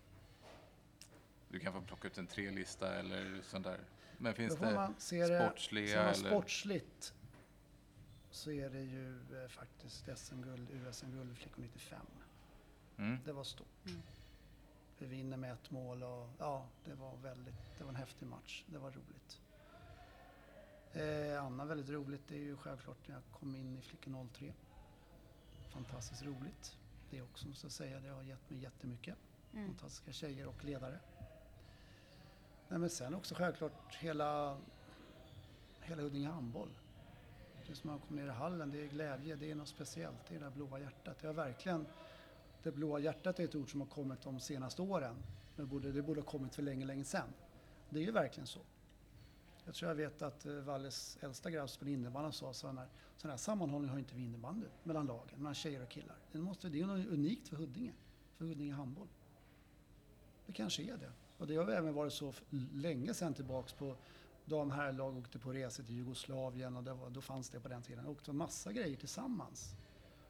Du kan få plocka ut en 3-lista eller sånt där. Men finns Då får det man se det sportsliga eller? Sportsligt så är det ju faktiskt SM-guld, USM-guld i flickor 95. Det var stort. Vi vinner med 1 mål och det var en häftig match. Det var roligt. Annat väldigt roligt är ju självklart när jag kom in i flickor 03. Fantastiskt roligt. Det också måste jag säga, det har gett mig jättemycket. Fantastiska tjejer och ledare. Nej, men sen också självklart hela Huddinge handboll. Just när man kommer ner i hallen, det är glädje, det är något speciellt, det är det blåa hjärtat. Det blåa hjärtat är ett ord som har kommit de senaste åren. Men det borde ha kommit för länge sedan. Det är ju verkligen så. Jag tror jag vet att Valles äldsta grabb som innebandy sa sån här sammanhållning har inte vi innebandy mellan lagen, mellan tjejer och killar. Det är något unikt för Huddinge handboll. Det kanske är det. Och det har även varit så länge sedan tillbaks på de här lag åkte på resor till Jugoslavien och då fanns det på den tiden. Och åkte en massa grejer tillsammans.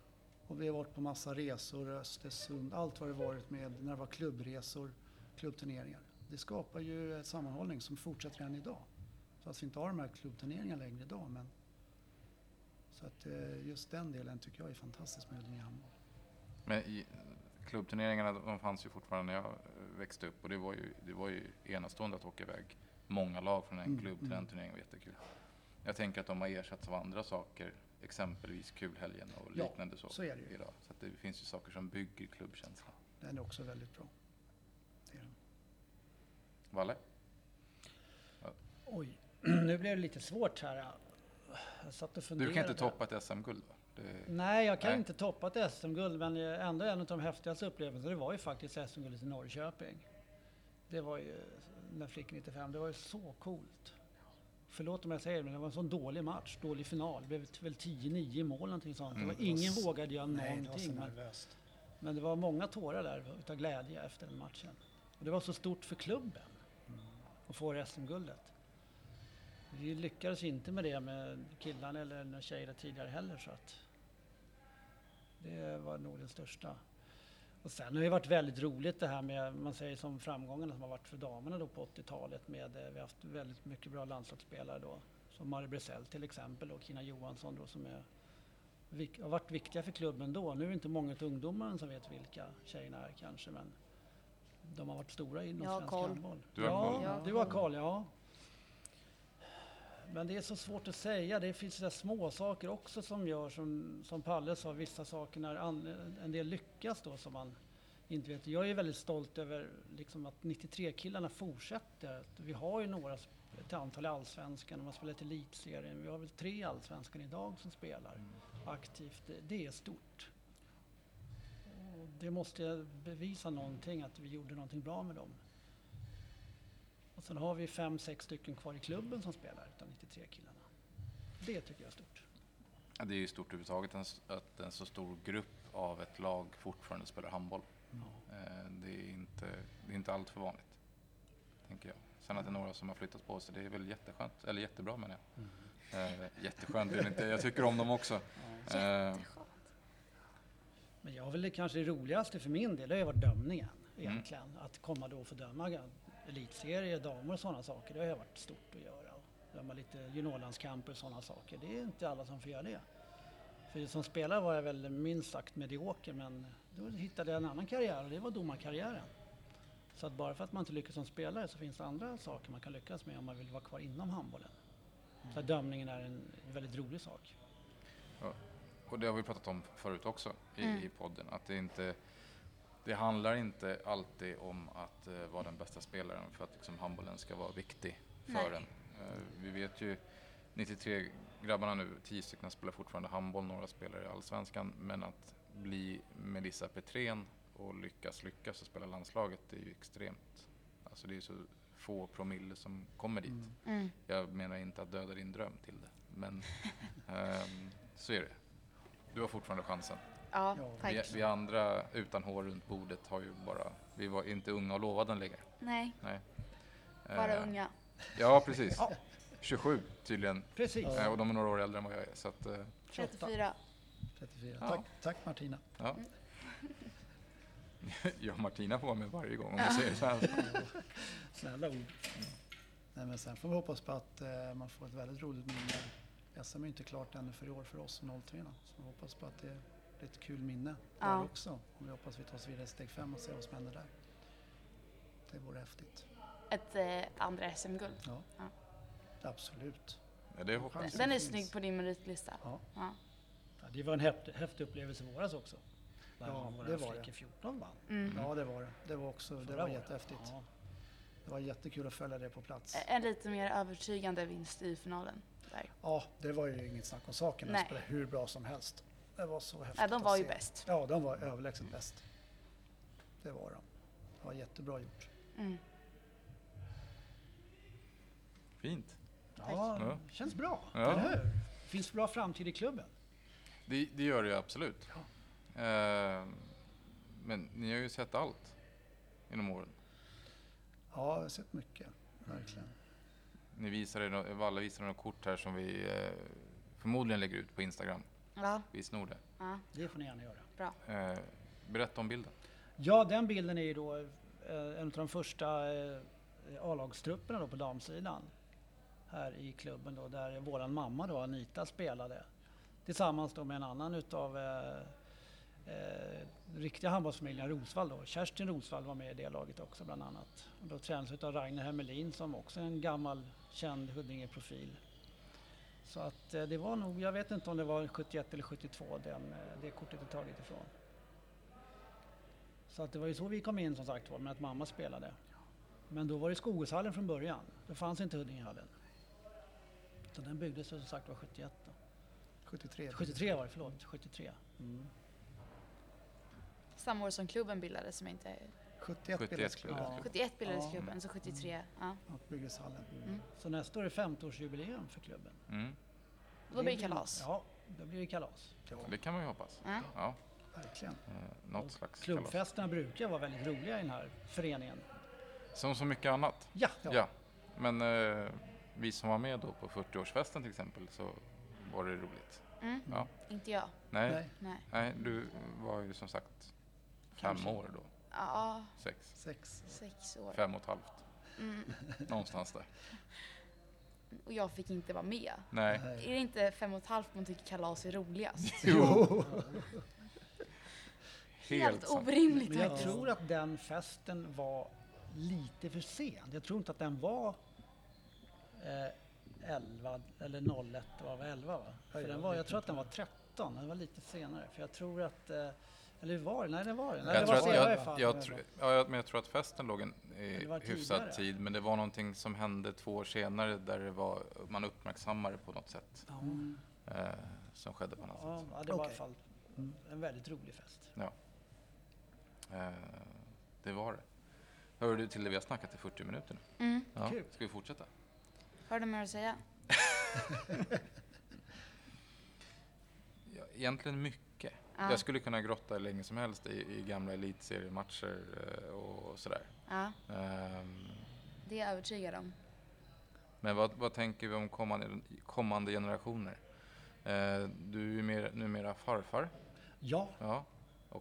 Och vi har varit på massa resor, Östersund, allt vad det varit med när det var klubbresor, klubbturneringar. Det skapar ju ett sammanhållning som fortsätter än idag. Så att vi inte har de här klubbturneringarna längre idag. Men så att just den delen tycker jag är fantastisk med Lidingö handboll. Men klubbturneringarna, de fanns ju fortfarande när jag växte upp och det var ju enastående att åka iväg många lag från en klubb till en turnering, var jättekul. Jag tänker att de har ersatts av andra saker, exempelvis kulhelgen och liknande så är det ju. idag. Så att det finns ju saker som bygger klubbkänslan. Den är också väldigt bra. Det är den. Valle? Ja. Oj, nu blev det lite svårt här. Jag satt och funderade. Du kan inte toppa ett SM-guld va? Nej, jag kan inte toppa ett SM-guld, men ändå en av de häftigaste upplevelserna, det var ju faktiskt SM-guldet i Norrköping. Det var ju, när flicken 95, det var ju så coolt. Förlåt om jag säger det, men det var en sån dålig match, dålig final. Det blev väl 10-9 mål någonting sånt. Det var, ingen vågade göra någonting. Men det var många tårar där utav glädje efter den matchen. Och det var så stort för klubben att få SM-guldet. Vi lyckades inte med det med killarna eller tjejerna tidigare heller, så att det var nog den största. Och sen har det varit väldigt roligt det här med, man säger som framgångarna som har varit för damerna då på 80-talet med, vi har haft väldigt mycket bra landslagsspelare då, som Marie Bresell till exempel och Kina Johansson då, som har varit viktiga för klubben då. Nu är det inte många ungdomar som vet vilka tjejerna är kanske, men de har varit stora inom svensk handboll. Du har koll, ja. Men det är så svårt att säga. Det finns så små saker också som gör, som Palle sa, vissa saker när en del lyckas då som man inte vet. Jag är väldigt stolt över liksom att 93-killarna fortsätter. Vi har ju ett antal i allsvenskan och man spelar till elitserien. Vi har väl 3 allsvenskan idag som spelar aktivt. Det är stort. Och det måste bevisa någonting, att vi gjorde någonting bra med dem. Och sen har vi 5-6 stycken kvar i klubben som spelar utan 93-killarna. Det tycker jag är stort. Ja, det är ju stort överhuvudtaget att en så stor grupp av ett lag fortfarande spelar handboll. Det är inte allt för vanligt, tänker jag. Sen att det är några som har flyttat på sig, det är väl jätteskönt. Eller jättebra menar jag. Jätteskönt är det inte. Jag tycker om dem också. Jätteskönt. Men jag vill kanske det roligaste för min del, det har varit dömningen egentligen. Att komma då och få döma elitserie, damer och sådana saker, det har varit stort att göra. Döma lite juniorlandskamper och sådana saker. Det är inte alla som får göra det. För som spelare var jag väl minst sagt medioker, men då hittade jag en annan karriär och det var domarkarriären. Så att bara för att man inte lyckas som spelare så finns det andra saker man kan lyckas med om man vill vara kvar inom handbollen. Så att dömningen är en väldigt rolig sak. Ja. Och det har vi pratat om förut också i podden, att det handlar inte alltid om att vara den bästa spelaren för att liksom handbollen ska vara viktig för en. Vi vet ju 93 grabbarna nu, 10 stycken spelar fortfarande handboll, några spelar i allsvenskan, men att bli Melissa Petrén och lyckas och spela landslaget, det är ju extremt. Alltså det är så få promille som kommer dit. Jag menar inte att döda din dröm till det, men så är det. Du har fortfarande chansen. Ja, tack. Vi andra utan hår runt bordet har ju vi var inte unga och lovade längre. Nej. Bara unga. Ja, precis. 27 tydligen. Precis. Och de är några år äldre än vad jag är. Så att, 34. Ja. Tack Martina. Ja. Ja, Martina får vara med varje gång om du säger så här. Snälla ord. Nej, men sen får vi hoppas på att man får ett väldigt roligt minne. SM är inte klart ännu för i år för oss 03. Så vi hoppas på att det är ett kul minne där också. Och vi hoppas att vi tar oss vidare steg 5 och ser vad som händer där. Det vore häftigt. Ett andra SM-guld. Ja. Absolut. Ja, det hoppas. Den är snygg på din meritlista. Ja. Det var en häftig upplevelse i våras också. Ja, det var det. 14 vann. Ja, det var det. Det var också jättehäftigt. Ja. Det var jättekul att följa det på plats. En lite mer övertygande vinst i finalen. Där. Ja, det var ju inget snack om saken. De spelade hur bra som helst. Det var så häftigt. Ja, de var ju bäst. Ja, de var överlägset bäst. Det var de. Det var jättebra gjort. Fint. Ja, känns bra. Ja. Eller hur? Finns bra framtid i klubben. Det gör det ju absolut. Ja. Men ni har ju sett allt inom åren. Ja, jag har sett mycket. Verkligen. Valle visade några kort här som vi förmodligen lägger ut på Instagram. Ja. Vi snor det. Ja. Det får ni gärna göra. Bra. Berätta om bilden. Ja, den bilden är ju då en av de första A-lagstrupperna då på damsidan här i klubben då, där våran mamma då, Anita, spelade tillsammans då med en annan utav riktiga handbollsfamiljen Rosvall då. Kerstin Rosvall var med i det laget också bland annat. Och då tränades utav Ragnar Hemmelin som också är en gammal känd Huddinge-profil. Så att det var nog, jag vet inte om det var 71 eller 72 det kortet är taget ifrån. Så att det var ju så vi kom in som sagt var, med att mamma spelade. Men då var det Skoghushallen från början. Då fanns inte Huddingehallen. Så den byggdes som sagt var 71 då. 73 var det, förlåt. 73. Mm. Samma år som klubben bildades, som inte... 71 71 bildades klubben. klubben. 71 bildades klubben, så 73. Ja. Och byggdes hallen. Så nästa år är 50-årsjubileum för klubben. Mm. Och då blir det kalas. Ja, då blir det kalas. Det kan man ju hoppas. Ja. Ja. Verkligen. Något slags kalas. Klubbfesterna brukar vara väldigt roliga i den här föreningen. Som så mycket annat. Ja. Men vi som var med då på 40-årsfesten till exempel, så var det roligt. Mm. Ja. Inte jag. Nej. Nej. Du var ju som sagt 5 Kanske. år då. Ja, 6. 6 år. 5,5. Mm. Någonstans där. Och jag fick inte vara med. Nej. Är det inte 5,5 man tycker kalas är roligast? Jo. Helt sant. orimligt Men jag faktiskt. tror att den festen var lite för sen. Jag tror inte att den var 11 eller 01, det var 11 va? För den var, jag tror att den var 13, den var lite senare. För jag tror att, eller var det? Nej, det var det. Nej, Jag det tror var att, senare i alla fall. men jag tror att festen låg Det var i hyfsad tidigare. tid, men det var någonting som hände 2 år senare där det var, man uppmärksammade på något sätt. Som skedde på något sätt. Ja, det var i alla Okej. fall en väldigt rolig fest. Ja. Det var det. Hör du till det vi har snackat i 40 minuter nu? Mm. Ja. Kul. Ska vi fortsätta? Har du mer att säga? Ja, egentligen mycket. Ja. Jag skulle kunna grotta hur länge som helst i gamla elitseriematcher och sådär. Ja, Ehm, det är jag övertygad om. Men vad tänker vi om kommande generationer? Du är ju numera farfar. Ja, Ja. Och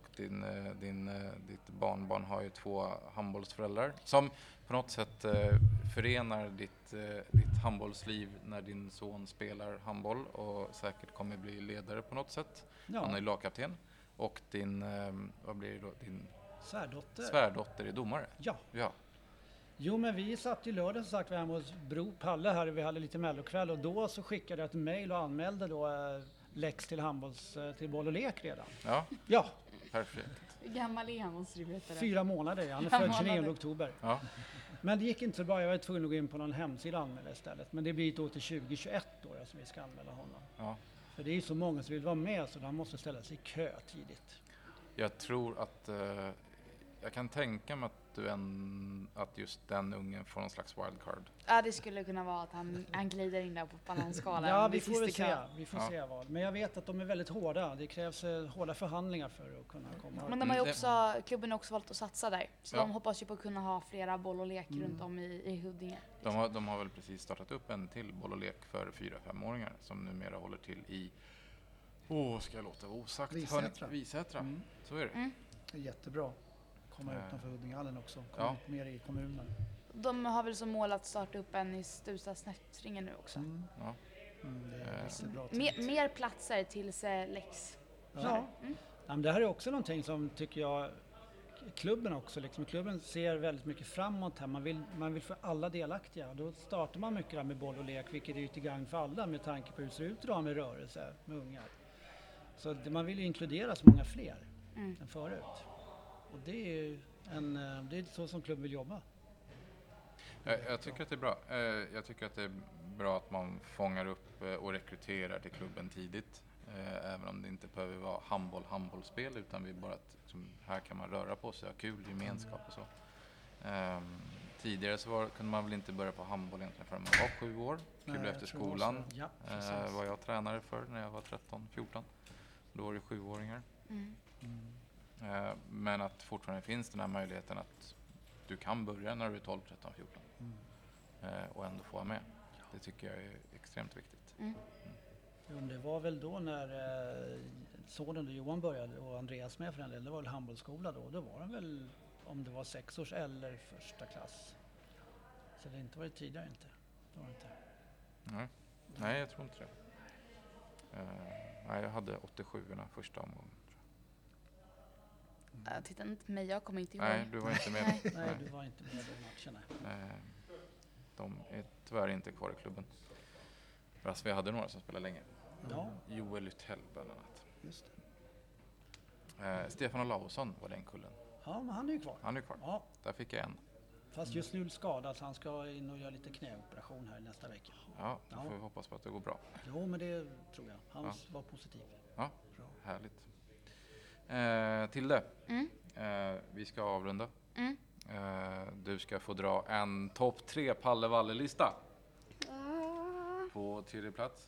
ditt barnbarn har ju 2 handbollsföräldrar som på något sätt förenar ditt handbollsliv när din son spelar handboll och säkert kommer bli ledare på något sätt. Han är ja. lagkapten. Och din, vad blir det då? Din svärdotter är domare. Ja. Ja. Jo, men vi satt i lördag som sagt hemma hos Bro Palle här, vi hade lite mellokväll och då så skickade jag ett mejl och anmälde då Lex till till boll och lek redan. Ja, Ja, perfekt. Hur gammal är han, måste du veta det? 4 månader. Han är 4 född 29 månader. oktober. Ja. Men det gick inte så bra, jag var tvungen att gå in på någon hemsida och anmäla istället. Men det blir då till 2021 då som vi ska anmäla honom. Ja. För det är ju så många som vill vara med så de måste ställa sig i kö tidigt. Jag tror att jag kan tänka mig att just den ungen får någon slags wildcard. Ja, det skulle kunna vara att han glider in där på bananskalan. Ja, vid vi får väl sista se. kön. Vi får Ja. se vad. Men jag vet att de är väldigt hårda. Det krävs hårda förhandlingar för att kunna komma. Men de har ju Mm, också, klubben har också valt att satsa där. Så Ja. de hoppas ju på att kunna ha flera boll och lek runt om i Huddinge. De har väl precis startat upp en till boll och lek för 4-5-åringar som numera håller till i, ska jag låta vara osagt? Visätra. Visätra. Så är det. Det är jättebra. Komma utanför Huddingehallen också. Komma Ja. ut mer i kommunen. De har väl som mål att starta upp en i Stuvsta-Snättringen nu också. Ja. Det är riktigt bra. Mer platser tills Lex. Ja. Ja, men det här är också någonting som tycker jag klubben också, liksom, klubben ser väldigt mycket framåt här. Man vill få alla delaktiga. Då startar man mycket där med boll och lek, vilket är ju till gagn för alla med tanke på hur det ser ut idag med rörelse med ungar. Så man vill ju inkludera så många fler än förut. Och det är ju det är så som klubben vill jobba. Jag tycker att det är bra. Jag tycker att det är bra att man fångar upp och rekryterar till klubben tidigt. Även om det inte behöver vara handbollsspel utan vi bara att liksom, här kan man röra på sig, ha kul, gemenskap och så. Tidigare så kunde man väl inte börja på handboll egentligen förrän man var 7 år. Kul Nej, efter jag tror skolan också. Ja, precis. var jag tränare för när jag var 13-14. Då var det 7-åringar. Men att fortfarande finns den här möjligheten att du kan börja när du är 12, 13, 14 och ändå få vara med. Det tycker jag är extremt viktigt. Jo, det var väl då när sonen Johan började och Andreas med för den delen. Det var väl handbollsskola då. Då var de väl, om det var 6-års eller första klass. Så det har inte varit tidigare inte. Det var inte. Nej, jag tror inte det. Nej, jag hade 87:orna första omgången. Jag tittar inte på mig, jag kommer inte ihåg. Nej, du var inte med. Nej, du var inte med i de matcherna. De är tyvärr inte kvar i klubben. Fast vi hade några som spelade länge. Ja. Joel Lythell bland annat. Just Stefan Olausson var den kullen. Ja, men han är ju kvar. Han är kvar. Ja. Där fick jag en. Fast just nu skadad så han ska in och göra lite knäoperation här nästa vecka. Ja, då får vi hoppas på att det går bra. Jo, men det tror jag. Han var positiv. Ja, härligt. Tilde, vi ska avrunda. Du ska få dra en topp 3 Palle Valle-lista. På 3:e plats.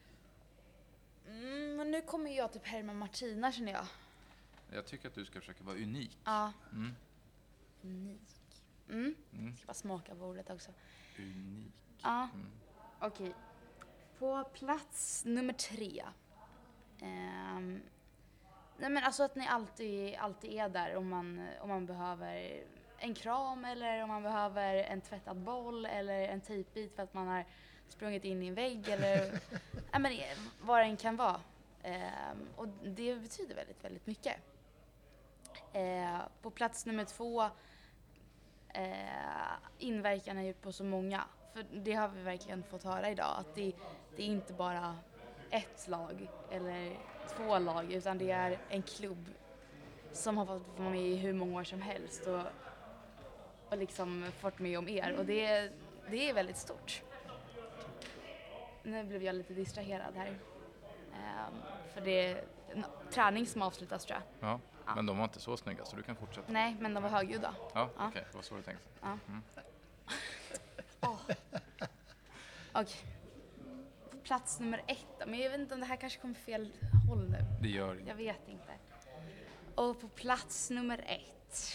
Men nu kommer jag typ Herman Martina, känner jag. Jag tycker att du ska försöka vara unik. Ja. Unik. Ska bara smaka på ordet också. Unik. Ja. Okej. På plats nummer 3. Nej, men alltså att ni alltid är där om man behöver en kram eller om man behöver en tvättad boll eller en tejpbit för att man har sprungit in i en vägg eller vad det än kan vara. Och det betyder väldigt, väldigt mycket. På plats nummer 2, inverkan har gjort på så många. För det har vi verkligen fått höra idag, att det är inte bara ett lag eller 2 lag, utan det är en klubb som har fått vara med i hur många år som helst och liksom fått med om er. Och det är väldigt stort. Nu blev jag lite distraherad här. För det är en träning som avslutas, tror jag. Ja, men de var inte så snygga så du kan fortsätta. Nej, men de var högljudda. Ja, okej. Det var så du tänkte. Ja. Okej. På plats nummer 1. Men jag vet inte om det här kanske kommer fel håll nu. Det gör inte. Jag vet inte. Och på plats nummer 1.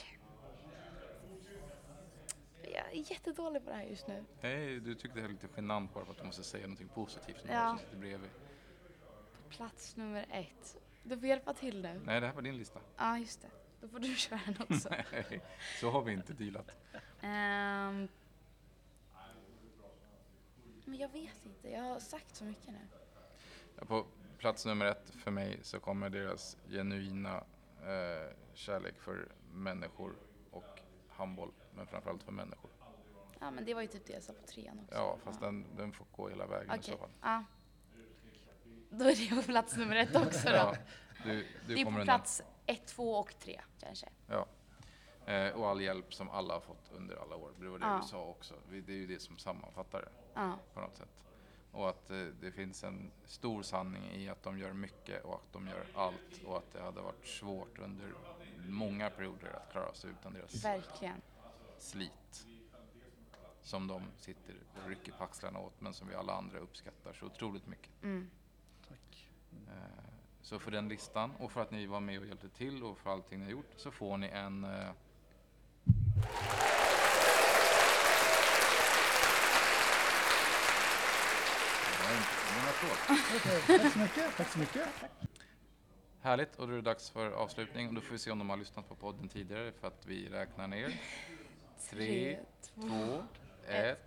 Jag är jättedålig på det här just nu. Nej, du tyckte det är lite genant bara för att du måste säga någonting positivt som Ja. någon som sitter bredvid. På plats nummer 1. Du får hjälpa till nu. Nej, det här var din lista. Ja, just det. Då får du köra den också. Nej, så har vi inte dealat. Men jag vet inte. Jag har sagt så mycket nu. Ja, på plats nummer 1 för mig så kommer deras genuina kärlek för människor och handboll, men framförallt för människor. Ja, men det var ju typ det jag sa på 3:an också. Ja, fast den får gå hela vägen i så fall. Ja. Då är det på plats nummer 1 också då. Ja, du det är kommer på plats 1, 2 och 3 kanske. Ja. Och all hjälp som alla har fått under alla år. Det var det du sa också. Det är ju det som sammanfattar det på något sätt. Och att det finns en stor sanning i att de gör mycket och att de gör allt. Och att det hade varit svårt under många perioder att klara sig utan deras Verkligen. slit. Som de sitter och rycker på axlarna åt, men som vi alla andra uppskattar så otroligt mycket. Tack. Så för den listan och för att ni var med och hjälpte till och för allting ni har gjort så får ni en Tack så mycket. Härligt, och då är det dags för avslutning och då får vi se om de har lyssnat på podden tidigare för att vi räknar ner. 3, 2, 1.